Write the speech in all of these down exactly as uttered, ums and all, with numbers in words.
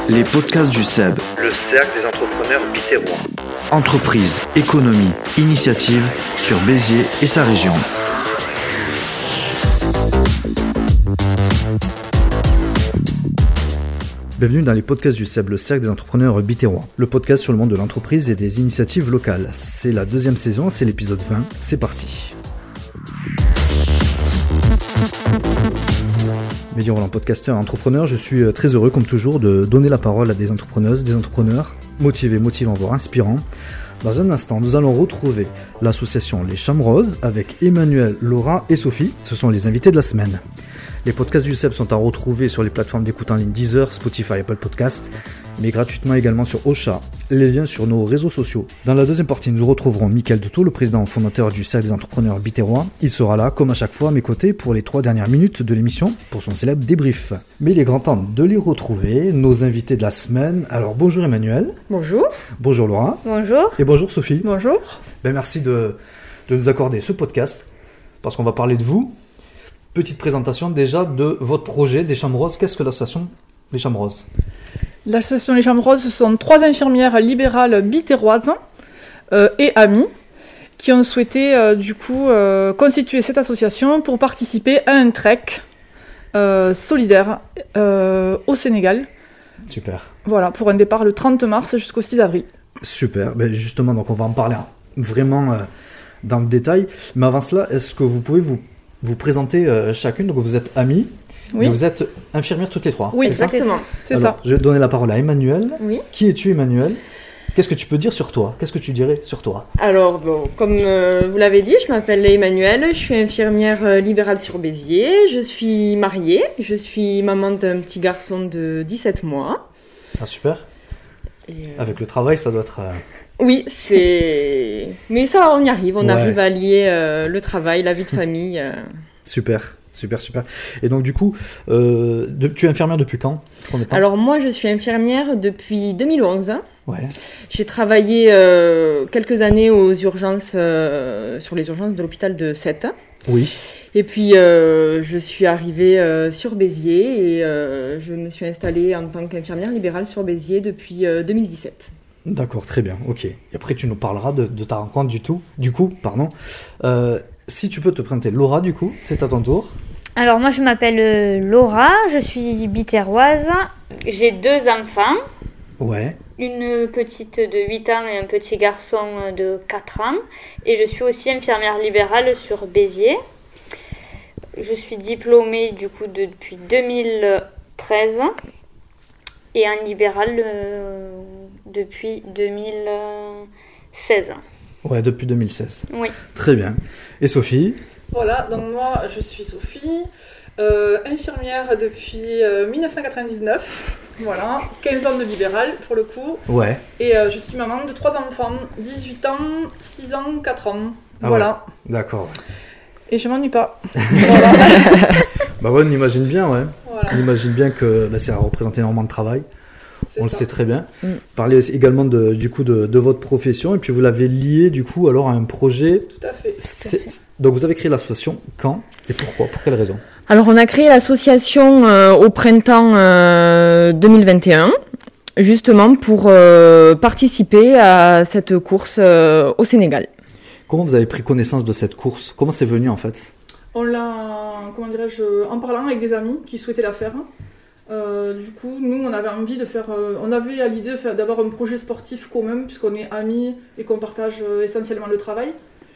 Les podcasts du C E B. Le cercle des entrepreneurs biterrois. Entreprise, économie, initiative sur Béziers et sa région. Bienvenue dans les podcasts du C E B, le cercle des entrepreneurs biterrois. Le podcast sur le monde de l'entreprise et des initiatives locales. C'est la deuxième saison, c'est l'épisode vingt. C'est parti. Média Roland, podcasteur, entrepreneur, je suis très heureux comme toujours de donner la parole à des entrepreneuses, des entrepreneurs motivés, motivants, voire inspirants. Dans un instant, nous allons retrouver l'association Les Chambres Roses avec Emmanuel, Laura et Sophie. Ce sont les invités de la semaine. Les podcasts du C E B sont à retrouver sur les plateformes d'écoute en ligne Deezer, Spotify, Apple Podcasts, mais gratuitement également sur Ocha. Les liens sur nos réseaux sociaux. Dans la deuxième partie, nous retrouverons Mickaël Detot, le président fondateur du Cercle des entrepreneurs biterrois. Il sera là, comme à chaque fois, à mes côtés pour les trois dernières minutes de l'émission, pour son célèbre débrief. Mais il est grand temps de les retrouver, nos invités de la semaine. Alors bonjour Emmanuel. Bonjour. Bonjour Laura. Bonjour. Et bonjour Sophie. Bonjour. Ben, merci de, de nous accorder ce podcast, parce qu'on va parler de vous. Petite présentation déjà de votre projet des Chambres Roses. Qu'est-ce que l'association Les Chambres Roses ? L'association Les Chambres Roses, ce sont trois infirmières libérales biterroises euh, et amies qui ont souhaité euh, du coup euh, constituer cette association pour participer à un trek euh, solidaire euh, au Sénégal. Super. Voilà, pour un départ le trente mars jusqu'au six avril. Super. Ben justement, donc on va en parler vraiment euh, dans le détail. Mais avant cela, est-ce que vous pouvez vous vous présenter euh, chacune? Donc vous êtes amies, oui. Mais vous êtes infirmières toutes les trois. Oui, c'est exactement. Ça c'est Alors, ça. Je vais donner la parole à Emmanuel. Oui. Qui es-tu, Emmanuel? Qu'est-ce que tu peux dire sur toi? Qu'est-ce que tu dirais sur toi? Alors, bon, comme euh, vous l'avez dit, je m'appelle Emmanuel, je suis infirmière euh, libérale sur Béziers, je suis mariée, je suis maman d'un petit garçon de dix-sept mois. Ah, super. Et, euh... Avec le travail, ça doit être... Euh... Oui, c'est... Mais ça, on y arrive, on ouais. arrive à lier euh, le travail, la vie de famille. Euh... Super. Super, super. Et donc, du coup, euh, de, tu es infirmière depuis quand? Alors, moi, je suis infirmière depuis deux mille onze. Ouais. J'ai travaillé euh, quelques années aux urgences, euh, sur les urgences de l'hôpital de Sète. Oui. Et puis, euh, je suis arrivée euh, sur Béziers et euh, je me suis installée en tant qu'infirmière libérale sur Béziers depuis euh, deux mille dix-sept. D'accord, très bien, ok. Et après, tu nous parleras de, de ta rencontre du tout. Du coup, pardon. Euh, si tu peux te présenter, Laura, du coup, c'est à ton tour. Alors moi je m'appelle Laura, je suis biterroise, j'ai deux enfants, ouais. Une petite de huit ans et un petit garçon de quatre ans, et je suis aussi infirmière libérale sur Béziers. Je suis diplômée du coup de, depuis deux mille treize et en libéral euh, depuis deux mille seize. Ouais, depuis deux mille seize. Oui. Très bien. Et Sophie ? Voilà, donc moi je suis Sophie, euh, infirmière depuis euh, dix-neuf cent quatre-vingt-dix-neuf, voilà, quinze ans de libéral pour le coup. Ouais. Et euh, je suis maman de trois enfants, dix-huit ans, six ans, quatre ans, ah voilà. Ouais. D'accord. Et je m'ennuie pas. Voilà. Bah ouais, on imagine bien, ouais. Voilà. On imagine bien que bah, ça représente énormément de travail. C'est on ça. le sait très bien. Mm. Parlez également de, du coup de, de votre profession et puis vous l'avez lié du coup alors à un projet. Tout à fait. C'est, donc vous avez créé l'association quand et pourquoi? Pour quelle raison? Alors on a créé l'association euh, au printemps euh, deux mille vingt et un, justement pour euh, participer à cette course euh, au Sénégal. Comment vous avez pris connaissance de cette course? Comment c'est venu en fait? On l'a, comment dirais-je, en parlant avec des amis qui souhaitaient la faire. Euh, du coup, nous, on avait envie de faire, euh, on avait à l'idée de faire, d'avoir un projet sportif commun puisqu'on est amis et qu'on partage euh, essentiellement le travail.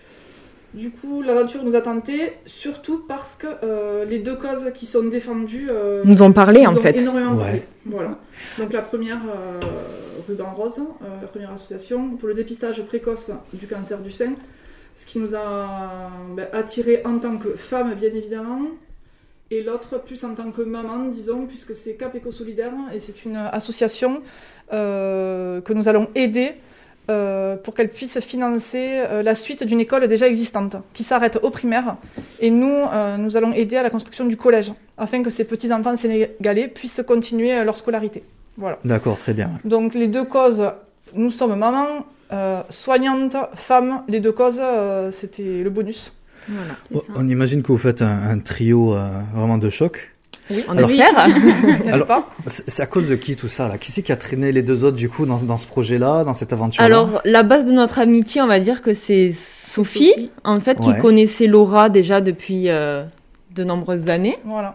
Du coup, l'aventure nous a tenté, surtout parce que euh, les deux causes qui sont défendues euh, nous ont parlé nous en ont fait. énormément Ouais. parlé. Voilà. Donc la première, euh, Ruban Rose, euh, la première association pour le dépistage précoce du cancer du sein, ce qui nous a ben, attirés en tant que femmes, bien évidemment. Et l'autre plus en tant que maman, disons, puisque c'est Cap Éco Solidaire et c'est une association euh, que nous allons aider euh, pour qu'elle puisse financer euh, la suite d'une école déjà existante, qui s'arrête au primaire. Et nous, euh, nous allons aider à la construction du collège, afin que ces petits-enfants sénégalais puissent continuer leur scolarité. Voilà. D'accord, très bien. Donc les deux causes, nous sommes mamans, euh, soignantes, femmes, les deux causes, euh, c'était le bonus. Voilà, on, on imagine que vous faites un, un trio euh, vraiment de choc. Oui, on Alors- espère. N'est-ce Alors- pas? C'est c'est à cause de qui tout ça là? Qui c'est qui a traîné les deux autres du coup dans, dans ce projet-là, dans cette aventure-là? Alors, la base de notre amitié, on va dire que c'est Sophie, Sophie. en fait, Ouais. qui connaissait Laura déjà depuis euh, de nombreuses années. Voilà.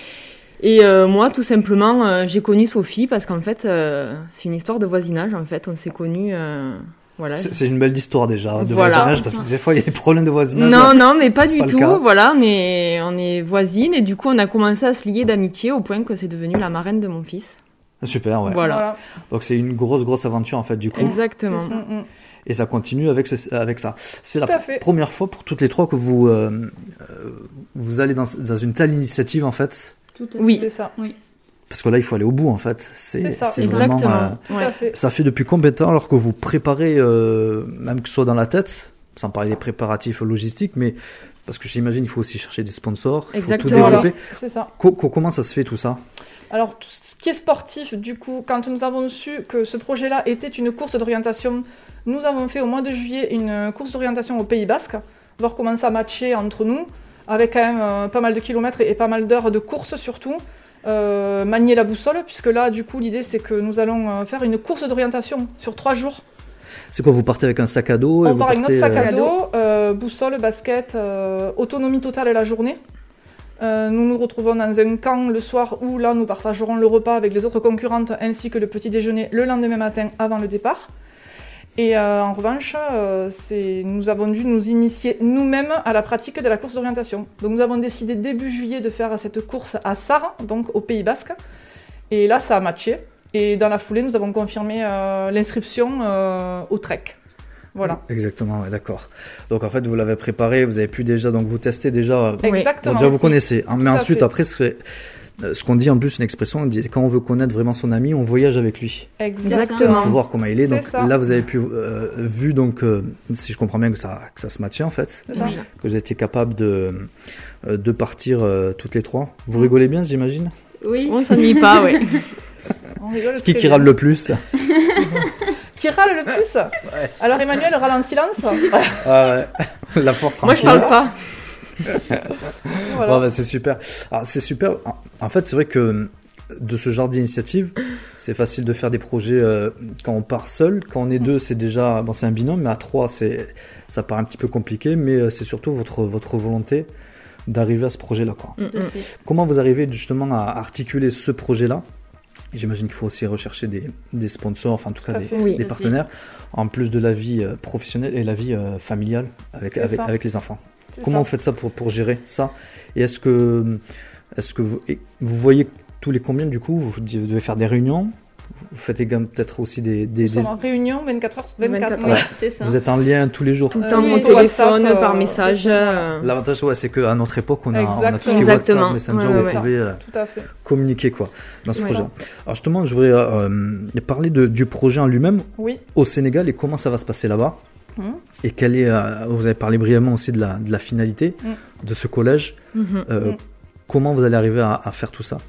Et euh, moi, tout simplement, euh, j'ai connu Sophie parce qu'en fait, euh, c'est une histoire de voisinage. En fait, on s'est connus. euh, voilà. C'est c'est une belle histoire déjà de Voilà. voisinage parce que des fois il y a des problèmes de voisinage. Non, non, mais pas du pas le tout. cas. Voilà, on est, on est voisines et du coup, on a commencé à se lier d'amitié au point que c'est devenu la marraine de mon fils. Super, ouais. Voilà. Donc c'est une grosse grosse aventure en fait du coup. Exactement. Mm, mm. Et ça continue avec, ce, avec ça. C'est la Tout à fait. première fois pour toutes les trois que vous, euh, euh, vous allez dans, dans une telle initiative, en fait. Tout à fait. Oui. C'est ça. Oui. Parce que là, il faut aller au bout, en fait. C'est C'est ça. c'est vraiment, Exactement. euh, Tout Ouais. à fait. ça fait depuis combien de temps alors que vous préparez, euh, même que ce soit dans la tête, sans parler des préparatifs logistiques, mais parce que j'imagine il faut aussi chercher des sponsors, il faut tout Exactement. développer. C'est ça. Co- co- comment ça se fait tout ça? Alors, tout ce qui est sportif, du coup, quand nous avons su que ce projet-là était une course d'orientation, nous avons fait au mois de juillet une course d'orientation au Pays Basque, voir comment ça matchait entre nous, avec quand même euh, pas mal de kilomètres et, et pas mal d'heures de course surtout. Euh, manier la boussole, puisque là, du coup, l'idée c'est que nous allons euh, faire une course d'orientation sur trois jours. C'est quoi, vous partez avec un sac à dos et On vous part avec notre partez, sac à euh, dos, euh, boussole, basket, euh, autonomie totale la journée. Euh, nous nous retrouvons dans un camp le soir où là nous partagerons le repas avec les autres concurrentes ainsi que le petit déjeuner le lendemain matin avant le départ. Et euh, en revanche, euh, c'est, nous avons dû nous initier nous-mêmes à la pratique de la course d'orientation. Donc nous avons décidé début juillet de faire cette course à Sarre, donc au Pays Basque. Et là ça a matché. Et dans la foulée nous avons confirmé euh, l'inscription euh, au trek. Voilà. Exactement, ouais, d'accord. Donc en fait, vous l'avez préparé, vous avez pu déjà, donc vous testez déjà. Oui. Exactement. Bon, déjà vous connaissez, hein, mais Tout à ensuite fait. après ce, que- euh, ce qu'on dit en plus, une expression, on dit, quand on veut connaître vraiment son ami, on voyage avec lui Exactement. pour voir comment il est. C'est Donc ça. là vous avez pu euh, vu donc euh, si je comprends bien que ça que ça se matchait en fait, C'est ça. que vous étiez capable de euh, de partir euh, toutes les trois. Vous Mm. rigolez bien, j'imagine. Oui. On s'ennuie pas, oui. On rigole Ce qui très qui bien. râle le plus. Qui râle le plus Alors Emmanuel râle en silence. Ah ouais. La force Moi, je tranquille. parle pas. Voilà. Ouais, bah, c'est super. Alors, c'est super. En- En fait, c'est vrai que de ce genre d'initiative, c'est facile de faire des projets euh, quand on part seul. Quand on est deux, c'est déjà bon, c'est un binôme, mais à trois, c'est ça paraît un petit peu compliqué. Mais euh, c'est surtout votre votre volonté d'arriver à ce projet-là, quoi. Mm, mm. Comment vous arrivez justement à articuler ce projet-là? J'imagine qu'il faut aussi rechercher des, des sponsors, enfin en tout cas Tout à des, fait. Oui. des partenaires, en plus de la vie euh, professionnelle et la vie euh, familiale avec, C'est avec, ça. avec les enfants. C'est Comment ça. vous faites ça pour, pour gérer ça? Et est-ce que, est-ce que vous, et vous voyez tous les combien du coup? Vous devez faire des réunions? Vous faites également peut-être aussi des... des, Nous des- sommes en réunion vingt-quatre heures sur vingt-quatre. vingt-quatre Oui. heures. C'est ça. Vous êtes en lien tous les jours? Tout le Euh, temps oui, au par téléphone, WhatsApp, par euh, message. c'est ça, euh, L'avantage, ouais, c'est qu'à notre époque, on a, on a tout ce qui est Exactement. WhatsApp, Messenger, Ouais, vous ouais. pouvez euh, Tout à fait. communiquer quoi, dans ce Ouais. projet. Alors justement, je voudrais euh, parler de, du projet en lui-même Oui. au Sénégal et comment ça va se passer là-bas. Mhm. Et quelle est, euh, vous avez parlé brièvement aussi de la, de la finalité Mm. de ce collège. mhm. Euh, Mm. Comment vous allez arriver à, à faire tout ça,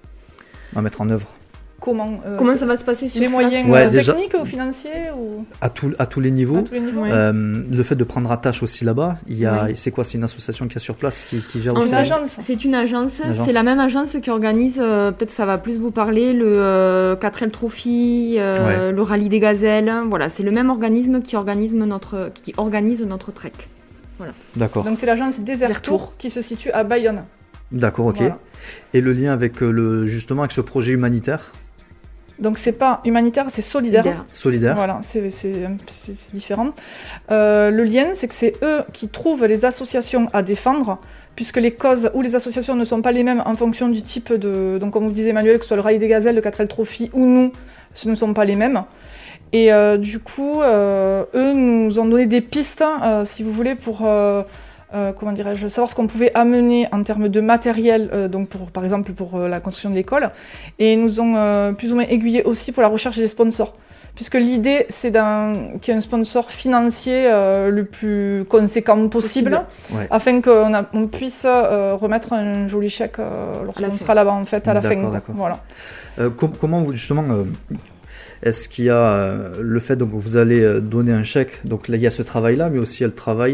à mettre en œuvre Comment euh, Comment ça va se passer sur Les place moyens Ouais, euh, déjà- techniques ou financiers ou à, tout, à tous les niveaux. à tous les niveaux Ouais. Euh, le fait de prendre attache aussi là-bas, il y a, Oui. c'est quoi, c'est une association qui est sur place qui, qui gère En aussi Une la- agence. C'est une agence, Une agence. c'est la même agence qui organise, euh, peut-être ça va plus vous parler, le euh, quatre L Trophy, euh, le Rallye des Gazelles. Voilà, c'est le même organisme qui organise notre, qui organise notre trek. D'accord, Donc c'est l'agence Desert Desert Tour Tour. qui se situe à Bayonne. d'accord, ok. Voilà. Et le lien avec euh, le, justement avec ce projet humanitaire, Donc c'est pas humanitaire, c'est solidaire. Solidaire. solidaire. Voilà, c'est c'est- c'est- c'est différent. Euh, le lien, c'est que c'est eux qui trouvent les associations à défendre, puisque les causes ou les associations ne sont pas les mêmes en fonction du type de... Donc comme vous disait Emmanuel, que ce soit le Rallye des Gazelles, le quatre L Trophy ou nous, ce ne sont pas les mêmes. Et euh, du coup, euh, eux nous ont donné des pistes, euh, si vous voulez, pour... euh, euh, comment dirais-je, savoir ce qu'on pouvait amener en termes de matériel, euh, donc pour, par exemple pour euh, la construction de l'école, et ils nous ont euh, plus ou moins aiguillés aussi pour la recherche des sponsors. Puisque l'idée, c'est d'un- qu'il y ait un sponsor financier euh, le plus conséquent possible, Possible. Ouais. afin qu'on a- on puisse euh, remettre un joli chèque euh, À la lorsqu'on fin. sera là-bas, en fait, à la fin. D'accord, quoi. d'accord. Voilà. Euh, com- comment vous justement euh, est-ce qu'il y a euh, le fait donc vous allez euh, donner un chèque, donc là il y a ce travail là, mais aussi il y a le travail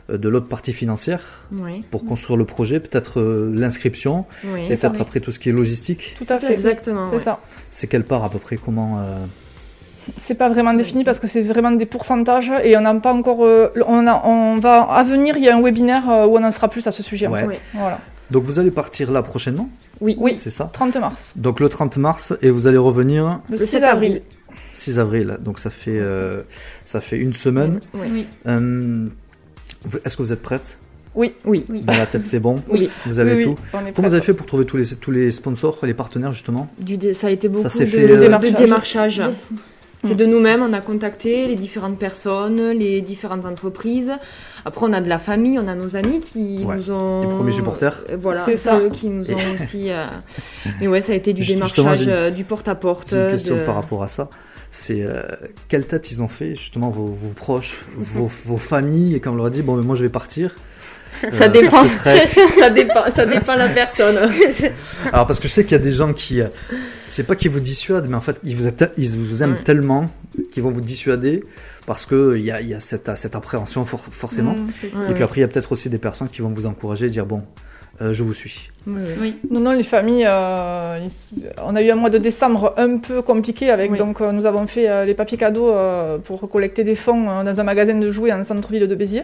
euh, de l'autre partie financière Oui. pour construire le projet, peut-être euh, l'inscription, Oui. et C'est ça, peut-être oui. après tout ce qui est logistique. Tout à fait. Exactement. C'est ouais. ça. C'est quelle part à peu près, comment euh, C'est pas vraiment défini parce que c'est vraiment des pourcentages et on n'a pas encore. euh, on, a, on va à venir, il y a un webinaire euh, où on en sera plus à ce sujet. Ouais. En fait. Ouais. Voilà. Donc vous allez partir là prochainement, Oui. Oui. c'est ça? trente mars. Donc le trente mars, et vous allez revenir Le, Le six sept avril. avril. six avril, donc ça fait, euh, ça fait une semaine. Oui. Oui. Euh, vous- Est-ce que vous êtes prête? Oui. Dans la tête c'est bon? Oui. Vous avez Oui, tout? oui, on est Comment prêts. vous avez fait pour trouver tous les, tous les sponsors, les partenaires justement? Du dé- Ça a été beaucoup s'est de, fait, de euh, démarchage. Beaucoup. démarchage. C'est Mm. de nous-mêmes, on a contacté les différentes personnes, les différentes entreprises. Après, on a de la famille, on a nos amis qui Ouais. nous ont... Les premiers supporters. Euh, Voilà, C'est c'est ça. eux qui nous ont aussi... euh, Mais ouais, ça a été du Justement, démarchage, j'ai une- euh, du porte-à-porte. J'ai une question de- par rapport à ça. C'est euh, quelle tête ils ont fait justement vos, vos proches, vos, vos familles, et quand on leur a dit bon mais moi je vais partir. Ça euh, dépend. faire ce trek. ça dépend, ça dépend la personne. Alors parce que je sais qu'il y a des gens qui, euh, c'est pas qu'ils vous dissuadent, mais en fait ils vous, aiment- ils vous aiment Ouais. tellement qu'ils vont vous dissuader parce que il y a, il y a cette, cette appréhension for- forcément. Mm. Ouais, Et puis après il y a peut-être aussi des personnes qui vont vous encourager et dire bon euh, je vous suis. ouais, ouais. Oui. Non, non, les familles, euh, ils- on a eu un mois de décembre un peu compliqué avec, Oui. donc euh, nous avons fait euh, les papiers cadeaux euh, pour collecter des fonds euh, dans un magasin de jouets en centre-ville de Béziers.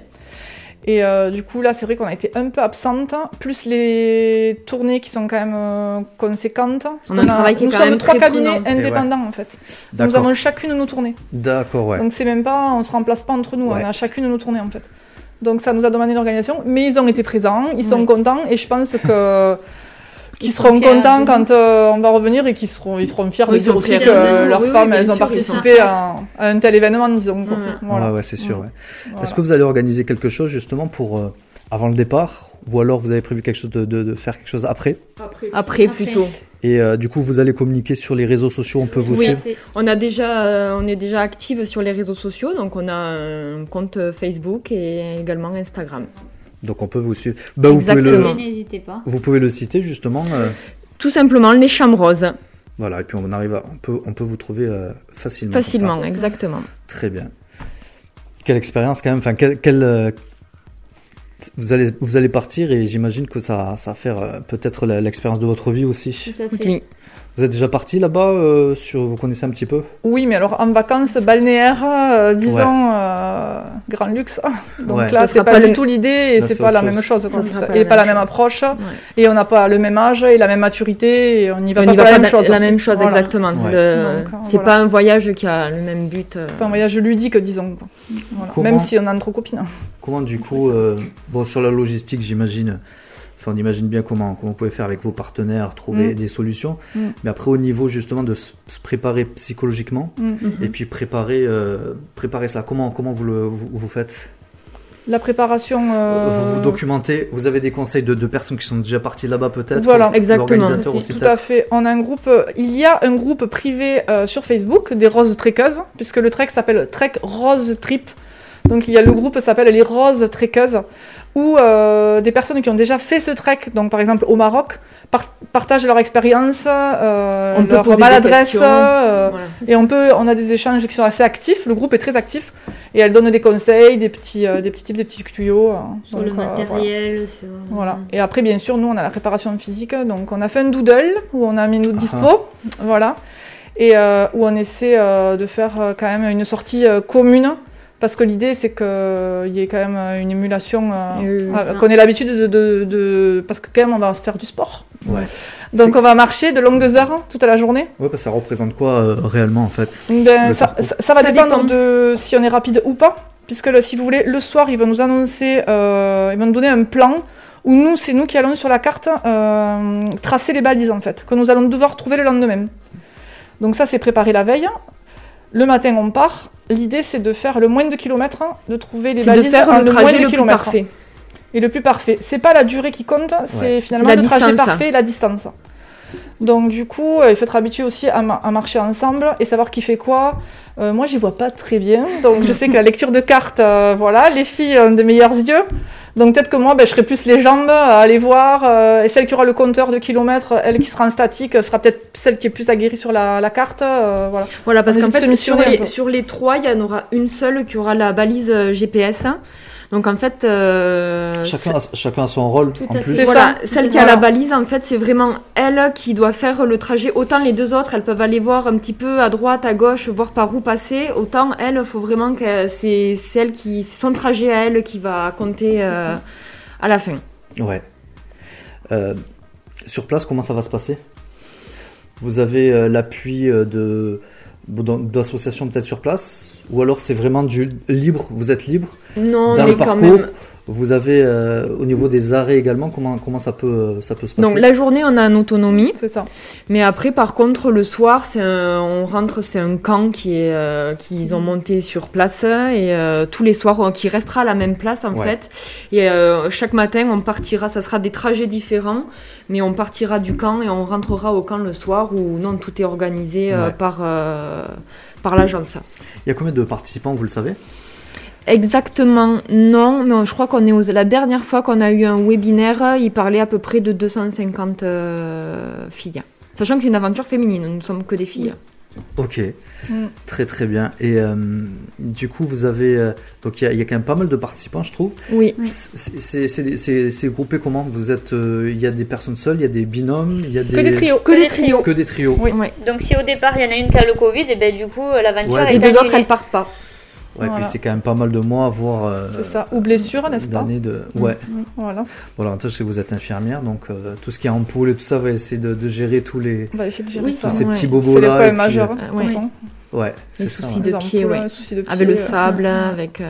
Et euh, du coup, là, c'est vrai qu'on a été un peu absente, plus les tournées qui sont quand même euh, conséquentes. Parce On a qu'on un travail qui est nous quand sommes même trois très cabinets prenant. indépendants, en fait. Nous D'accord. avons chacune nos tournées. D'accord ouais. Donc c'est même pas, on se remplace pas entre nous, Ouais. on a chacune nos tournées, en fait. Donc ça nous a demandé une organisation, mais ils ont été présents, ils sont Oui. contents, et je pense que qu'ils Ils sont seront fiers contents de quand euh, on va revenir et qu'ils seront, ils seront fiers Oui, de ils dire sont aussi fiers que de nous. leurs Oui, oui, femmes, bien elles ont sûr, ils sont participé à, à un tel événement, disons. quoi. Ouais. Voilà. Ouais, ouais, c'est sûr. Ouais. Voilà. Est-ce que vous allez organiser quelque chose justement pour euh, avant le départ, ou alors vous avez prévu quelque chose de, de, de faire quelque chose après? Après, Après, Après. plutôt. Et euh, du coup vous allez communiquer sur les réseaux sociaux, on peut vous Oui. suivre? On a déjà, euh, on est déjà active sur les réseaux sociaux, donc on a un compte Facebook et également Instagram. Donc on peut vous suivre. Bah, vous, pouvez Exactement. le, N'hésitez pas. vous pouvez le citer justement. euh, Tout simplement les Chambres Roses. voilà, et puis on arrive à, on peut, on peut vous trouver euh, facilement. comme Facilement, ça. exactement. Très bien. Quelle expérience quand même. Enfin, quelle, quelle, euh, vous allez, vous allez partir et j'imagine que ça, ça va faire euh, peut-être la- l'expérience de votre vie aussi. Tout à fait. Oui. Vous êtes déjà parti là-bas euh, sur, vous connaissez un petit peu? Oui, mais alors en vacances balnéaires, euh, disons, Ouais. euh, grand luxe. Donc Ouais. là, Ça c'est sera pas, pas du le- tout l'idée et Là, c'est c'est pas autre la chose. même chose. Ça quoi. sera pas Et la pas la même même chose. approche. Ouais. Et on n'a pas le même âge et la même maturité et on n'y va On pas n'y pour va la pas même chose. la même chose, Voilà. exactement. Ouais. Le- Donc, euh, c'est voilà. pas un voyage qui a le même but. euh. C'est pas un voyage ludique, disons. quoi. Voilà. Comment- Même si on est entre copines. Comment du coup, euh, bon sur la logistique j'imagine, enfin on imagine bien comment, comment vous pouvez faire avec vos partenaires, trouver Mm. des solutions, Mm. mais après au niveau justement de se, se préparer psychologiquement Mm. et puis préparer, euh, préparer ça, comment, comment vous, le, vous, vous faites? La préparation. euh, Vous vous documentez, vous avez des conseils de, de personnes qui sont déjà parties là-bas peut-être? Voilà. ou Exactement. l'organisateur aussi Tout peut-être? à fait. On a un groupe. euh, Il y a un groupe privé euh, sur Facebook des roses trekkeuses, puisque le trek s'appelle Trek Rose Trip. Donc il y a le groupe s'appelle les roses trekkeuses, où euh, des personnes qui ont déjà fait ce trek, donc par exemple au Maroc, par- partagent leur expérience, euh, On peut leur poser des maladresse, questions. euh, Voilà. et on peut, on a des échanges qui sont assez actifs. Le groupe est très actif et elle donne des conseils, des petits, euh, des petits tips, des petits tuyaux. euh, Sur donc, le euh, voilà. matériel, sur... Voilà. Et après, bien sûr, nous, on a la préparation physique. Donc, on a fait un doodle où on a mis nos Ah. dispo. Voilà. Et euh, où on essaie euh, de faire euh, quand même une sortie euh, commune. Parce que l'idée, c'est qu'il y ait quand même euh, une émulation. euh, Euh, euh, qu'on ait l'habitude de, de, de- Parce que quand même, on va se faire du sport. Ouais. Donc, C'est- on va marcher de longues heures toute la journée. Ouais, parce que ça représente quoi euh, réellement en fait? Ben, Le ça, parcours. ça, ça va Ça dépendre dépend. de si on est rapide ou pas. Puisque le- si vous voulez, le soir, ils vont nous annoncer, euh, ils vont nous donner un plan où nous, c'est nous qui allons sur la carte euh, tracer les balises en fait, que nous allons devoir trouver le lendemain. Donc ça, c'est préparé la veille. Le matin, on part. L'idée, c'est de faire le moins de kilomètres, de trouver les C'est de balises faire en le moins trajet de le plus kilomètres. parfait. Et le plus parfait. C'est pas la durée qui compte, c'est Ouais. finalement C'est la le trajet distance. parfait et la distance. Donc du coup, euh, il faut être habitué aussi à, ma- à marcher ensemble et savoir qui fait quoi. Euh, moi, j'y vois pas très bien, donc je sais que la lecture de cartes, euh, voilà, les filles ont des meilleurs yeux. Donc peut-être que moi, ben, je serai plus les jambes à aller voir, euh, et celle qui aura le compteur de kilomètres, elle qui sera en statique, sera peut-être celle qui est plus aguerrie sur la, la carte. euh, voilà. Voilà, parce On qu'en essaie de se fait, sur missionner un les, peu. sur les trois, il y en aura une seule qui aura la balise euh, G P S. Donc en fait, euh, chacun, a, chacun a son rôle Tout en à plus. fait. voilà, ça. celle qui a Voilà. la balise, en fait, c'est vraiment elle qui doit faire le trajet. Autant les deux autres, elles peuvent aller voir un petit peu à droite, à gauche, voir par où passer. Autant elle, il faut vraiment que c'est celle qui, c'est son trajet à elle qui va compter euh, à la fin. Ouais. Euh, sur place, comment ça va se passer? Vous avez euh, l'appui euh, de d'associations peut-être sur place, ou alors c'est vraiment du libre, vous êtes libre Non, dans on le est quand parcours. même. Vous avez euh, au niveau des arrêts également, comment comment ça peut ça peut se passer? Donc la journée, on a en autonomie. C'est ça. Mais après, par contre, le soir, c'est un, on rentre, c'est un camp qui est, euh, qu'ils ont monté sur place et euh, tous les soirs, on- qui restera à la même place en Ouais. fait. Et euh, chaque matin, on partira, ça sera des trajets différents, mais on partira du camp et on rentrera au camp le soir où non, tout est organisé euh, Ouais. par euh, par l'agence. Il y a combien de participants, vous le savez? Exactement, non, mais je crois qu'on est aux, la dernière fois qu'on a eu un webinaire, il parlait à peu près de deux cent cinquante euh, filles. Sachant que c'est une aventure féminine, nous ne sommes que des filles. Ok, Mm. très très bien. Et euh, du coup, vous avez euh, donc il y, a- il y a quand même pas mal de participants, je trouve. Oui. C'est- C'est c'est- c'est- c'est groupé comment? Vous êtes, euh, il y a des personnes seules, il y a des binômes, il y a des Que des trios. Que des trios. que des trios. Oui. Ouais. Donc si au départ il y en a une qui a le Covid, et ben du coup l'aventure Ouais. est Les deux autres, annulée. elles partent pas. Ouais, Voilà. puis c'est quand même pas mal de mois, voire euh, C'est ça. Ou blessure, n'est-ce pas? d'années de. Ouais. Voilà. Bon, l'avantage c'est que vous êtes infirmière, donc euh, tout ce qui est ampoule et tout ça, va essayer de, de gérer tous les On va essayer de gérer Oui, ça. tous ces ouais. petits C'est bobos les là. problèmes majeurs, euh, de toute ouais. façon. Ouais. Les c'est ça, soucis ouais. de Les pied, ampoules, ouais. les soucis de pied, Avec le euh, sable, avec. euh,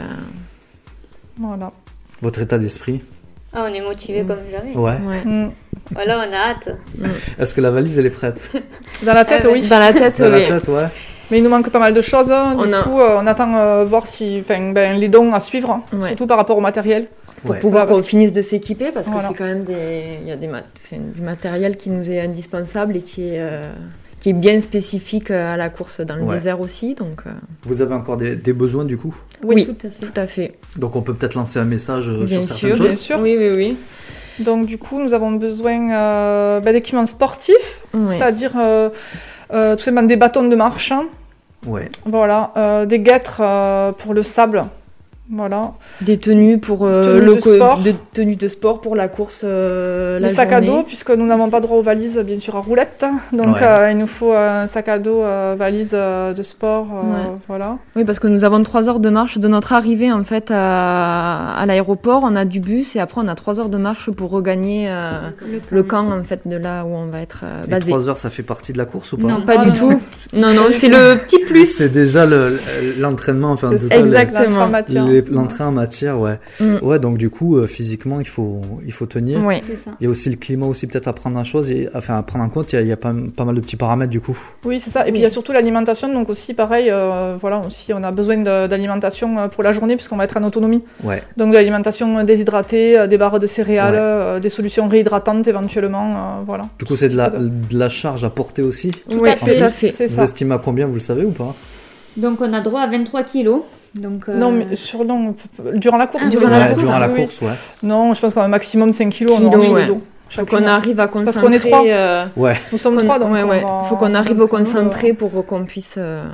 Voilà. Votre état d'esprit. Ah, on est motivé Mm. comme jamais. Ouais. ouais. Mm. Voilà, on a hâte. Est-ce que la valise elle est prête? Dans la tête, Ah ouais. oui. Dans la tête, Dans oui. la tête, ouais. Mais il nous manque pas mal de choses. hein. Du On a- coup, euh, on attend euh, voir si, enfin, ben, les dons à suivre, hein, Ouais. surtout par rapport au matériel. Pour Ouais. pouvoir Voilà, qu'on parce finisse de s'équiper, parce que Voilà. c'est quand même des, il y a des mat- enfin, du matériel qui nous est indispensable et qui est, euh, qui est bien spécifique euh, à la course dans le Ouais. désert aussi. Donc, euh, Vous avez encore des, des besoins du coup? oui, Tout à fait. tout à fait. Donc on peut peut-être lancer un message euh, Bien sur sûr, certaines bien choses. sûr. Oui, oui, oui. Donc, du coup, nous avons besoin euh, ben, d'équipements sportifs, Ouais. c'est-à-dire euh, euh, tout simplement des bâtons de marche, hein. Ouais. Voilà, euh, des guêtres euh, pour le sable. Voilà. Des tenues pour euh, Tenues le de co- sport. de tenues de sport pour la course. euh, la Les sacs à journée. dos, puisque nous n'avons pas droit aux valises, bien sûr, à roulettes. Donc, Ouais. euh, il nous faut un sac à dos, euh, valise euh, de sport. euh, Ouais. Voilà. Oui, parce que nous avons trois heures de marche de notre arrivée en fait à, à l'aéroport. On a du bus et après on a trois heures de marche pour regagner euh, le camp en fait de là où on va être euh, Et basé. trois heures, ça fait partie de la course ou pas? Non. Pas Ah, du non, tout. non. Non, non, Pas du c'est tout. le petit plus. C'est déjà le- l'entraînement, enfin en tout cas, le- Exactement. L'entrée en matière. les- l'entrée en matière, ouais. Mm. Ouais, donc du coup, euh, physiquement, il faut, il faut tenir. Ouais. C'est ça. Il y a aussi le climat aussi peut-être à prendre en chose, et, enfin à prendre en compte. Il y a, il y a pas, pas mal de petits paramètres du coup. Oui, c'est ça. Et puis il y a surtout l'alimentation. Donc aussi, pareil, euh, voilà, aussi, on a besoin de- d'alimentation euh, pour la journée puisqu'on va être en autonomie. Ouais. Donc de l'alimentation déshydratée, euh, des barres de céréales, Ouais. euh, des solutions réhydratantes éventuellement. euh, voilà. Du coup, c'est de la, de la charge à porter aussi. Tout Ouais, à fait. tout à fait. C'est Vous ça. estimez à combien, vous le savez ou pas? Donc on a droit à vingt-trois kilos. Donc, euh, Non, mais sur, non, durant la course. Ah, vous durant voulez la dire. course, durant la Oui, oui. course, ouais. Non, je pense qu'un maximum cinq kilos, on Kilos, aura sur ouais. le dos. Faut chacune. qu'on arrive à Parce concentrer. qu'on est trois. euh, Ouais. Nous sommes qu'on- trois, donc ouais, on ouais. va- Faut qu'on arrive au donc, euh, concentré pour qu'on puisse. euh,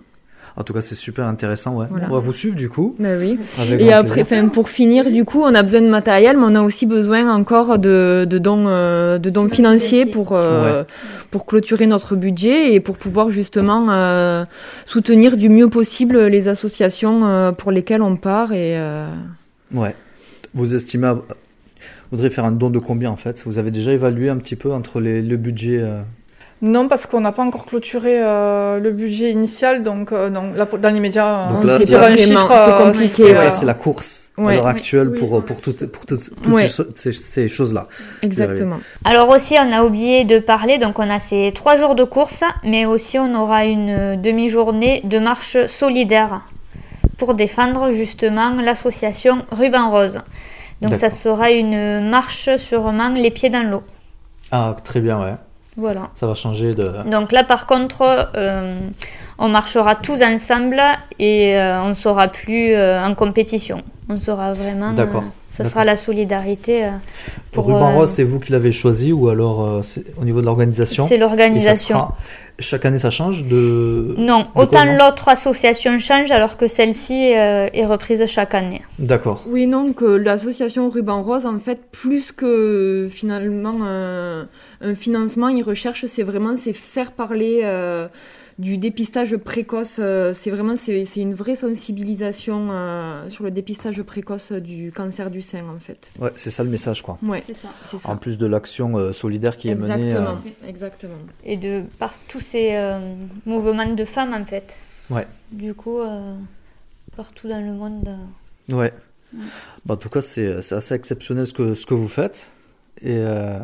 En tout cas, c'est super intéressant, ouais. Voilà. On va vous suivre du coup. Bah oui. Avec Et grand après, plaisir. enfin, pour finir, du coup, on a besoin de matériel, mais on a aussi besoin encore de, de dons, euh, de dons financiers pour, euh, pour clôturer notre budget et pour pouvoir justement euh, soutenir du mieux possible les associations euh, pour lesquelles on part. Et, euh, Ouais. Vous estimez, à- vous voudrez faire un don de combien en fait? Vous avez déjà évalué un petit peu entre les, le budget euh, Non, parce qu'on n'a pas encore clôturé euh, le budget initial, donc euh, non, là, pour- dans l'immédiat, euh, Donc on là- sait dire pas un vraiment, chiffre, c'est euh, compliqué. c'est, Donc ouais. là, c'est la course à Ouais. l'heure actuelle Oui, pour, oui. pour toutes, pour toutes, toutes Ouais. ces, ces, ces choses-là. Exactement. Alors aussi, on a oublié de parler, donc on a ces trois jours de course, mais aussi on aura une demi-journée de marche solidaire pour défendre justement l'association Ruban Rose. Donc ça D'accord. sera une marche sûrement les pieds dans l'eau. Ah, très bien, ouais. Voilà. Ça va changer de. Donc là par contre, euh, on marchera tous ensemble et euh, on ne sera plus euh, en compétition. On sera vraiment... D'accord. euh, Ce D'accord. sera la solidarité. Euh, pour Ruban euh, Rose, c'est vous qui l'avez choisi ou alors euh, c'est au niveau de l'organisation? C'est l'organisation. Sera, chaque année, ça change de... Non, de autant quoi, non l'autre association change alors que celle-ci euh, est reprise chaque année. D'accord. Oui, non, que l'association Ruban Rose, en fait, plus que finalement euh, un financement, ils recherchent, c'est vraiment c'est faire parler... Euh, du dépistage précoce, euh, c'est vraiment c'est, c'est une vraie sensibilisation euh, sur le dépistage précoce du cancer du sein en fait. Ouais, c'est ça le message quoi. Ouais, c'est ça. C'est ça. En plus de l'action euh, solidaire qui Exactement. est menée. Euh... Exactement. Et de par tous ces euh, mouvements de femmes en fait. Ouais. Du coup, euh, partout dans le monde. Euh... Ouais. ouais. Bah, en tout cas, c'est, c'est assez exceptionnel ce que ce que vous faites et. Euh...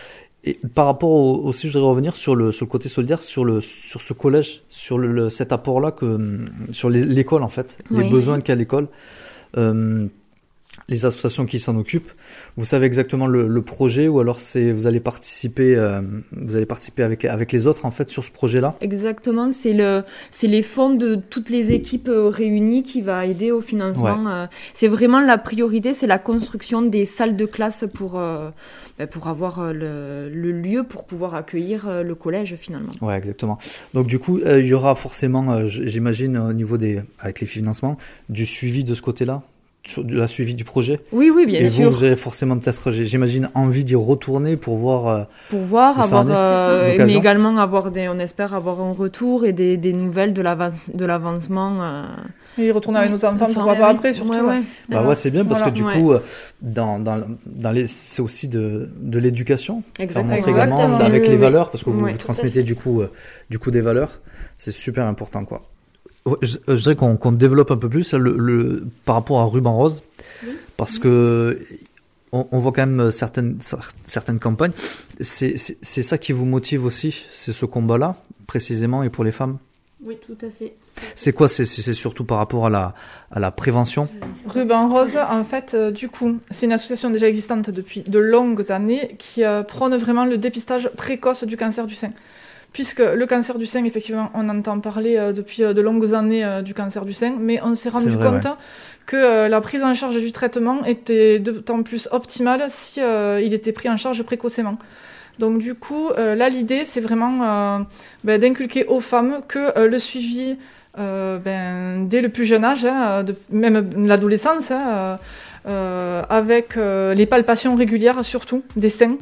Et par rapport au, aussi, je voudrais revenir sur le, sur le côté solidaire, sur, le, sur ce collège, sur le, le, cet apport-là, que, sur les, l'école en fait, oui. les besoins qu'a l'école, euh, les associations qui s'en occupent. Vous savez exactement le, le projet ou alors c'est, vous allez participer, euh, vous allez participer avec, avec les autres en fait sur ce projet-là? Exactement, c'est, le, c'est les fonds de toutes les équipes réunies qui va aider au financement. Ouais. Euh, c'est vraiment la priorité, c'est la construction des salles de classe pour... Euh, pour avoir le, le lieu pour pouvoir accueillir le collège finalement. Ouais, exactement. Donc du coup, euh, il y aura forcément, euh, j'imagine, au niveau des, avec les financements, du suivi de ce côté-là, de la suivi du projet. Oui, oui, bien Et sûr. Et vous, vous avez forcément peut-être, j'imagine, envie d'y retourner pour voir. Euh, pour voir, avoir, euh, mais également avoir des, on espère avoir un retour et des, des nouvelles de, l'avance, de l'avancement. Euh, Et retourner avec nos enfants, enfin, pourquoi ouais, pas après, surtout. Ouais, ouais. Bah ouais, c'est bien parce voilà. que du ouais. coup, dans, dans, dans les, c'est aussi de, de l'éducation. Exactement. Faire montrer également avec oui, les oui. valeurs, parce que vous, ouais, vous transmettez du coup, euh, du coup des valeurs. C'est super important, quoi. Je, je dirais qu'on, qu'on développe un peu plus le, le, par rapport à Ruban Rose, oui. parce que on, on voit quand même certaines, certaines campagnes. C'est, c'est, c'est ça qui vous motive aussi, c'est ce combat-là, précisément, et pour les femmes? Oui, tout à fait. C'est quoi? C'est, c'est surtout par rapport à la, à la prévention? Ruban Rose, en fait, euh, du coup, c'est une association déjà existante depuis de longues années qui euh, prône vraiment le dépistage précoce du cancer du sein. Puisque le cancer du sein, effectivement, on entend parler euh, depuis euh, de longues années euh, du cancer du sein, mais on s'est rendu vrai, compte ouais. que euh, la prise en charge du traitement était d'autant plus optimale si euh, il était pris en charge précocement. Donc du coup, euh, là, l'idée, c'est vraiment euh, ben, d'inculquer aux femmes que euh, le suivi, euh, ben, dès le plus jeune âge, hein, de, même l'adolescence, hein, euh, avec euh, les palpations régulières, surtout, des seins,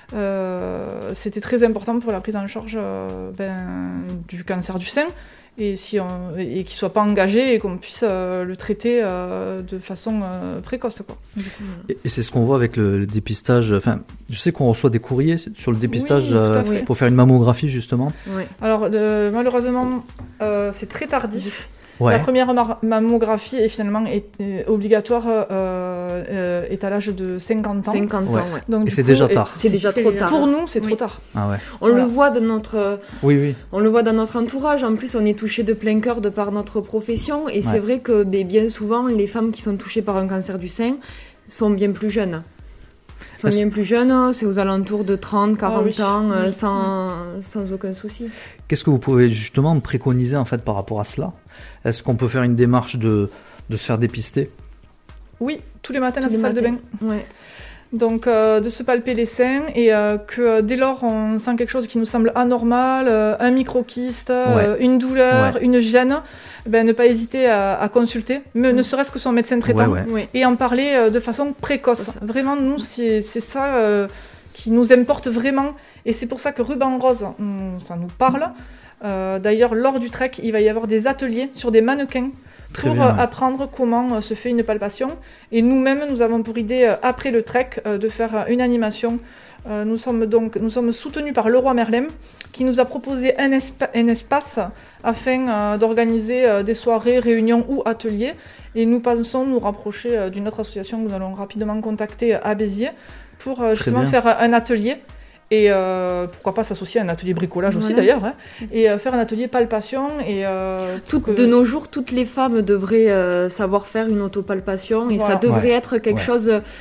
euh, c'était très important pour la prise en charge euh, ben, du cancer du sein. Et, si on, et qu'il ne soit pas engagé et qu'on puisse euh, le traiter euh, de façon euh, précoce, quoi. Du coup, euh... et, et c'est ce qu'on voit avec le, le dépistage. Enfin, je sais qu'on reçoit des courriers sur le dépistage oui, euh, pour faire une mammographie, justement. Oui. Alors, euh, malheureusement, euh, c'est très tardif. Ouais. La première mar- mammographie est finalement est, est obligatoire euh, euh, est à l'âge de cinquante ans. cinquante ouais. ans, ouais. Donc, et c'est coup, déjà tard. C'est déjà trop tard. Pour nous, c'est oui. trop tard. Ah ouais. On voilà. le voit dans notre. Oui, oui. On le voit dans notre entourage. En plus, on est touché de plein cœur de par notre profession, et ouais. c'est vrai que bien souvent, les femmes qui sont touchées par un cancer du sein sont bien plus jeunes. sont bien plus jeunes, c'est aux alentours de trente, quarante ah, oui. ans, euh, oui. sans, sans aucun souci. Qu'est-ce que vous pouvez justement préconiser en fait par rapport à cela? Est-ce qu'on peut faire une démarche de, de se faire dépister? Oui, tous les matins tous à la salle de bain. Ouais. Donc euh, de se palper les seins et euh, que euh, dès lors on sent quelque chose qui nous semble anormal, euh, un microkyste, euh, ouais. une douleur, ouais. une gêne, ben, ne pas hésiter à, à consulter, mais, mmh. ne serait-ce que son médecin traitant, ouais, ouais. et en parler euh, de façon précoce. Vraiment, nous, c'est, c'est ça euh, qui nous importe vraiment, et c'est pour ça que Ruban Rose, on, ça nous parle. Euh, d'ailleurs, lors du trek, il va y avoir des ateliers sur des mannequins pour euh, apprendre comment euh, se fait une palpation. Et nous-mêmes, nous avons pour idée, euh, après le trek, euh, de faire euh, une animation. Euh, nous sommes donc nous sommes soutenus par Leroy Merlin, qui nous a proposé un, espa- un espace afin euh, d'organiser euh, des soirées, réunions ou ateliers. Et nous pensons nous rapprocher euh, d'une autre association que nous allons rapidement contacter à Béziers pour euh, justement faire un atelier. Et euh, pourquoi pas s'associer à un atelier bricolage voilà. aussi d'ailleurs, hein, et euh, faire un atelier palpation. Et, euh, Tout, que... De nos jours, toutes les femmes devraient euh, savoir faire une autopalpation, et voilà. ça devrait ouais. être quelque ouais. chose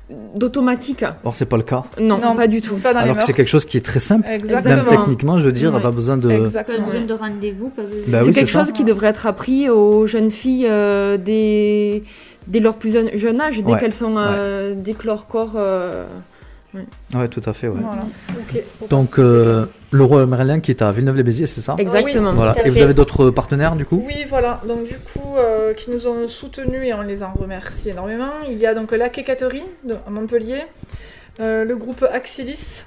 d'automatique. Or, c'est pas le cas. Non, Non, pas du tout. c'est pas dans les Alors que c'est mœurs. quelque chose qui est très simple. Exactement. Même techniquement, je veux dire, Ouais. pas besoin de. Pas Exactement. besoin de rendez-vous, pas besoin. Bah c'est oui, quelque c'est ça. chose qui devrait être appris aux jeunes filles euh, dès, dès leur plus jeune, jeune âge, dès Ouais. qu'elles sont, euh, dès que leur corps. euh, Ouais, tout à fait, ouais. Voilà. Ok. Pour Donc, euh, le Roi Merlin qui est à Villeneuve-les-Béziers, c'est ça? Exactement. Voilà. Tout à Et vous fait. avez d'autres partenaires, du coup? Oui, voilà. Donc du coup, euh, qui nous ont soutenus et on les en remercie énormément. Il y a donc la Quécaterie de, à Montpellier, euh, le groupe Axilis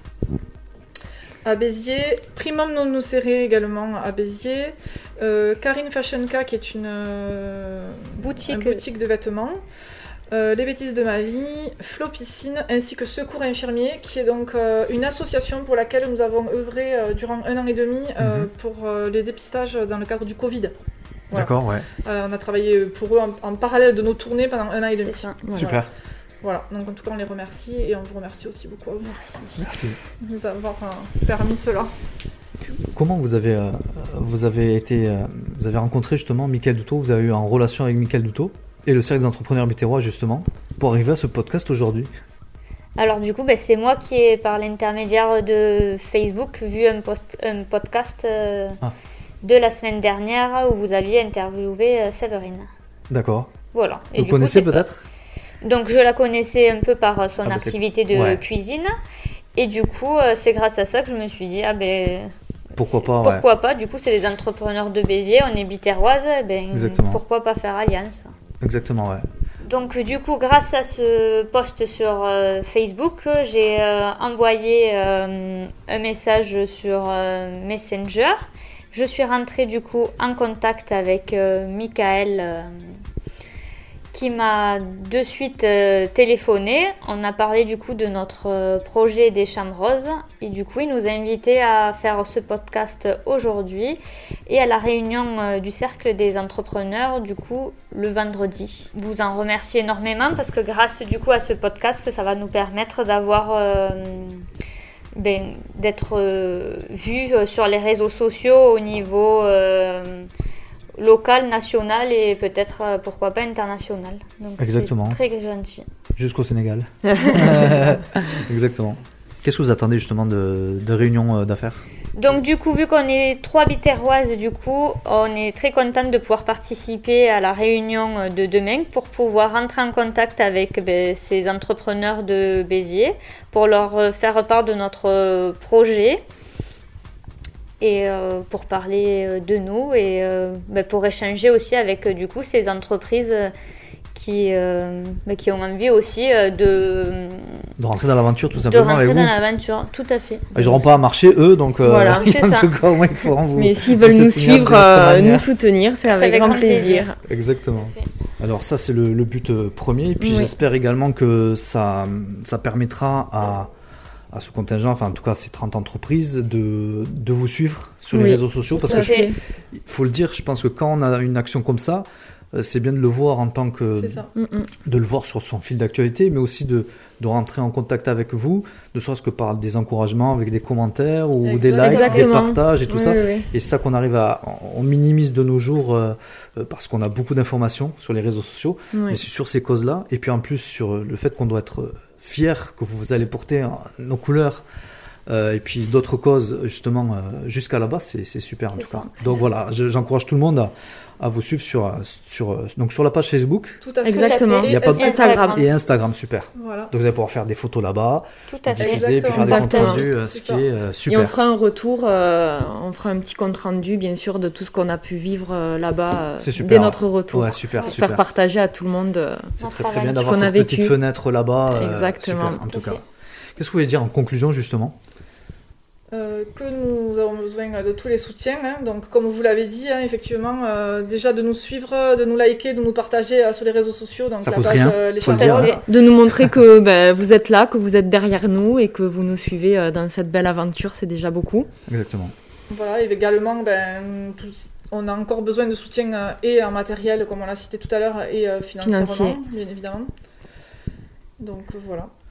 à Béziers, Primum non nocere également à Béziers, euh, Karine Fashion K qui est une euh, Boutique. une boutique de vêtements. Euh, les bêtises de ma vie, Flo Piscine, ainsi que Secours Infirmier, qui est donc euh, une association pour laquelle nous avons œuvré euh, durant un an et demi euh, Mhm. pour euh, les dépistages dans le cadre du Covid. Voilà. D'accord, ouais. Euh, on a travaillé pour eux en, en parallèle de nos tournées pendant un an et demi. C'est ça. Voilà. Super. Voilà, donc en tout cas on les remercie et on vous remercie aussi beaucoup à vous Merci. de nous avoir euh, permis cela. Comment vous avez, euh, vous avez été, euh, vous avez rencontré justement Mickaël Doutot, vous avez eu en relation avec Mickaël Doutot et le cercle des entrepreneurs bitérois justement pour arriver à ce podcast aujourd'hui? Alors du coup, ben, c'est moi qui ai, par l'intermédiaire de Facebook, vu un, post, un podcast euh, Ah. de la semaine dernière où vous aviez interviewé euh, Séverine. D'accord. Voilà. Et Vous du coup, connaissez c'est- peut-être? Donc je la connaissais un peu par euh, son Ah, bah, c'est- activité de ouais. cuisine. Et du coup, euh, c'est grâce à ça que je me suis dit, ah ben... Pourquoi pas, ouais. Pourquoi pas? Du coup, c'est des entrepreneurs de Béziers, on est bitéroises, ben, Exactement. pourquoi pas faire alliance? Exactement, ouais. Donc du coup, grâce à ce post sur euh, Facebook, j'ai euh, envoyé euh, un message sur euh, Messenger. Je suis rentrée du coup en contact avec euh, Mickaël euh, qui m'a de suite euh, téléphoné. On a parlé du coup de notre euh, projet des Chambres Roses et du coup il nous a invités à faire ce podcast aujourd'hui et à la réunion euh, du cercle des entrepreneurs du coup le vendredi. Je vous en remercie énormément parce que grâce du coup à ce podcast ça va nous permettre d'avoir euh, ben, d'être euh, vus euh, sur les réseaux sociaux au niveau euh, local, national et peut-être euh, pourquoi pas international. Donc Exactement. c'est très gentil. Jusqu'au Sénégal. Exactement. Qu'est-ce que vous attendez justement de, de réunions euh, d'affaires? Donc du coup, vu qu'on est trois bitéroises, du coup, on est très contente de pouvoir participer à la réunion de demain pour pouvoir rentrer en contact avec ben, ces entrepreneurs de Béziers pour leur euh, faire part de notre euh, projet et euh, pour parler euh, de nous et euh, ben, pour échanger aussi avec euh, du coup ces entreprises euh, qui, euh, ben, qui ont envie aussi euh, de, De rentrer dans l'aventure tout de simplement rentrer avec dans vous. l'aventure. Tout à fait. Ils n'auront pas à marcher eux, donc euh, Voilà, il y c'est a en ça. tout cas au moins ils pourront vous. Mais s'ils veulent vous nous soutenir de suivre, votre euh, manière. nous soutenir, c'est avec, grand plaisir. Exactement. Alors ça c'est le, le but euh, premier et puis Oui. j'espère également que ça, ça permettra à, à ce contingent, enfin en tout cas ces trente entreprises de, de vous suivre sur les Oui. réseaux sociaux parce Tout que à je, fait. il faut le dire, je pense que quand on a une action comme ça, euh, c'est bien de le voir en tant que C'est ça. Mm, mm. de le voir sur son fil d'actualité, mais aussi de, de rentrer en contact avec vous, ne serait-ce que par des encouragements, avec des commentaires ou Exact- des likes, des Exactement. partages et tout Oui, ça. oui, oui. Et c'est ça qu'on arrive à, on minimise de nos jours euh, euh, parce qu'on a beaucoup d'informations sur les réseaux sociaux, Oui. mais c'est sur ces causes-là. Et puis en plus sur le fait qu'on doit être fier que vous allez porter hein, nos couleurs. Euh, et puis d'autres causes justement euh, jusqu'à là-bas, c'est, c'est super en C'est tout ça, cas. c'est Donc ça. voilà, je- j'encourage tout le monde à, à vous suivre sur, sur, donc sur la page Facebook Tout à fait. Exactement. Et Il y a pas de- Instagram. et Instagram, super. Voilà. Donc vous allez pouvoir faire des photos là-bas, Tout à fait. diffuser, puis faire des comptes Exactement. rendus, euh, ce C'est qui ça. est euh, Et on super. fera un retour, euh, on fera un petit compte rendu, bien sûr, de tout ce qu'on a pu vivre euh, là-bas euh, C'est super. dès notre retour. Ouais, super, Pour super. faire partager à tout le monde. euh, C'est Notre très très travail. bien Ce d'avoir qu'on cette a petite vécu. fenêtre là-bas. euh, Exactement. super, en tout Tout à cas. fait. Qu'est-ce que vous voulez dire en conclusion justement? Euh, que nous avons besoin de tous les soutiens. Hein. Donc, comme vous l'avez dit, hein, effectivement, euh, déjà de nous suivre, de nous liker, de nous partager euh, sur les réseaux sociaux. Donc, Ça la coûte page, rien, euh, les faut le Chambres dire, Roses. de nous montrer que ben, vous êtes là, que vous êtes derrière nous et que vous nous suivez euh, dans cette belle aventure, c'est déjà beaucoup. Exactement. Voilà, et également, ben, tout- on a encore besoin de soutien euh, et en matériel, comme on l'a cité tout à l'heure, et euh, financièrement, Financier. bien évidemment. Donc, euh, voilà.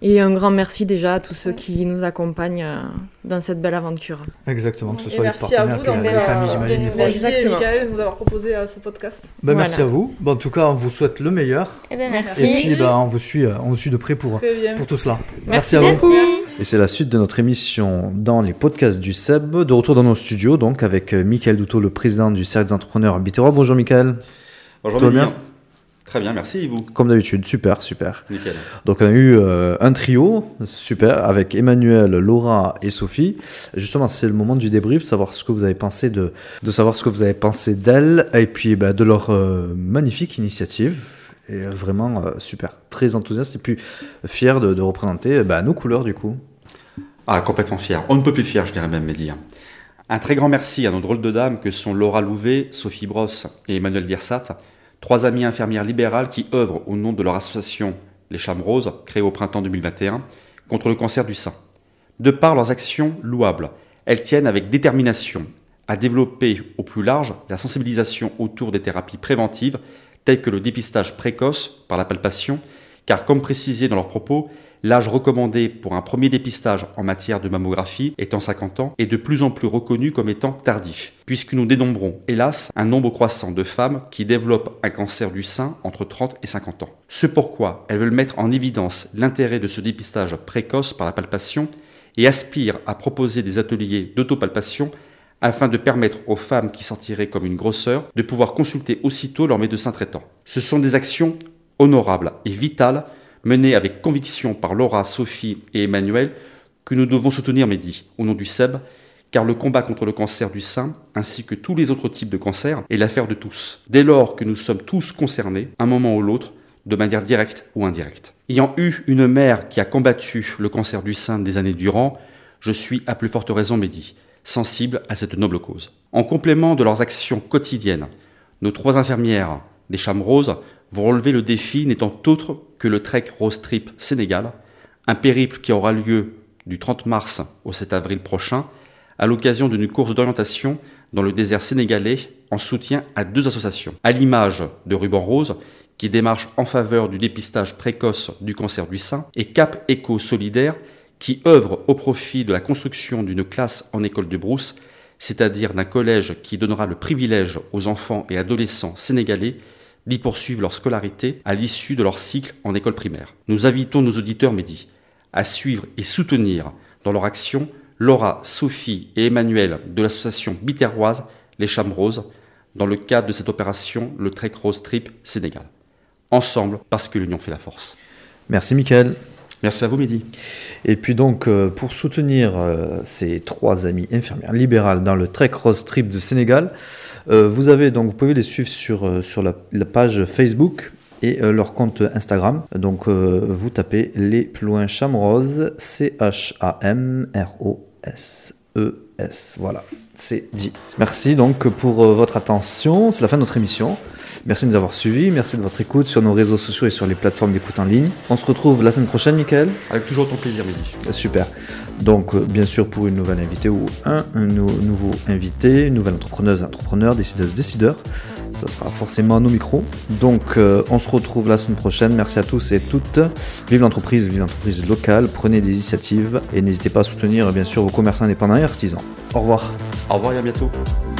Et un grand merci déjà à tous ceux qui nous accompagnent dans cette belle aventure. Exactement, que ce et soit les partenaires, vous, donc, les familles, j'imagine. De Exactement. Michael, nous avoir proposé euh, ce podcast. Ben, Voilà. Merci à vous. Ben, en tout cas, on vous souhaite le meilleur. Eh ben, merci. Et puis, ben, on vous suit, on vous suit de près pour, Très bien. pour tout cela. Merci, à vous. Merci. Et c'est la suite de notre émission dans les podcasts du S E B, de retour dans nos studios, donc avec Mickaël Doutot, le président du Cercle des entrepreneurs biterrois. Bonjour Mickaël. Bonjour, Tout va Mehdi. bien ? Très bien, merci, et vous ? Comme d'habitude, super, super. Nickel. Donc on a eu euh, un trio, super, avec Emmanuel, Laura et Sophie. Justement, c'est le moment du débrief, savoir ce que vous avez pensé de, de savoir ce que vous avez pensé d'elles, et puis bah, de leur euh, magnifique initiative. Et euh, vraiment euh, super, très enthousiaste, et puis fier de, de représenter bah, nos couleurs du coup. Ah, complètement fier. On ne peut plus fier, je dirais même, Mehdi. Un très grand merci à nos drôles de dames que sont Laura Louvet, Sophie Brosse et Emmanuel Dirsat, trois amies infirmières libérales qui œuvrent au nom de leur association Les Champs Roses, créée au printemps deux mille vingt et un, contre le cancer du sein. De par leurs actions louables, elles tiennent avec détermination à développer au plus large la sensibilisation autour des thérapies préventives telles que le dépistage précoce par la palpation, car comme précisé dans leurs propos, l'âge recommandé pour un premier dépistage en matière de mammographie étant cinquante ans est de plus en plus reconnu comme étant tardif, puisque nous dénombrons, hélas, un nombre croissant de femmes qui développent un cancer du sein entre trente et cinquante ans. Ce pourquoi elles veulent mettre en évidence l'intérêt de ce dépistage précoce par la palpation et aspirent à proposer des ateliers d'autopalpation afin de permettre aux femmes qui sentiraient comme une grosseur de pouvoir consulter aussitôt leur médecin traitant. Ce sont des actions honorables et vitales menée avec conviction par Laura, Sophie et Emmanuel, que nous devons soutenir Mehdi, au nom du S E B, car le combat contre le cancer du sein, ainsi que tous les autres types de cancers, est l'affaire de tous. Dès lors que nous sommes tous concernés, un moment ou l'autre, de manière directe ou indirecte. Ayant eu une mère qui a combattu le cancer du sein des années durant, je suis à plus forte raison Mehdi, sensible à cette noble cause. En complément de leurs actions quotidiennes, nos trois infirmières des Champs Roses vont relever le défi n'étant autre que le Trek Rose Trip Sénégal, un périple qui aura lieu du trente mars au sept avril prochain, à l'occasion d'une course d'orientation dans le désert sénégalais en soutien à deux associations, à l'image de Ruban Rose, qui démarche en faveur du dépistage précoce du cancer du sein, et Cap Éco Solidaire, qui œuvre au profit de la construction d'une classe en école de brousse, c'est-à-dire d'un collège qui donnera le privilège aux enfants et adolescents sénégalais d'y poursuivre leur scolarité à l'issue de leur cycle en école primaire. Nous invitons nos auditeurs Mehdi à suivre et soutenir dans leur action Laura, Sophie et Emmanuel de l'association biterroise Les Champs Roses dans le cadre de cette opération le Trek Rose Trip Sénégal. Ensemble, parce que l'union fait la force. Merci Mickaël. Merci à vous Mehdi. Et puis donc euh, pour soutenir euh, ces trois amies infirmières libérales dans le Trek Rose Trip de Sénégal, euh, vous avez donc vous pouvez les suivre sur euh, sur la, la page Facebook et euh, leur compte Instagram. Donc euh, vous tapez les plus loin Champs Roses, C H A M R O S E S. Voilà, c'est dit. Merci donc pour euh, votre attention. C'est la fin de notre émission. Merci de nous avoir suivis, merci de votre écoute sur nos réseaux sociaux et sur les plateformes d'écoute en ligne. On se retrouve la semaine prochaine, Mickaël. Avec toujours ton plaisir, Mehdi. Super. Donc, euh, bien sûr, pour une nouvelle invitée ou un, un nou- nouveau invité, une nouvelle entrepreneuse, entrepreneur, décideuse, décideur. Ça sera forcément à nos micros. Donc, euh, on se retrouve la semaine prochaine. Merci à tous et toutes. Vive l'entreprise, vive l'entreprise locale. Prenez des initiatives et n'hésitez pas à soutenir, bien sûr, vos commerçants indépendants et artisans. Au revoir. Au revoir et à bientôt.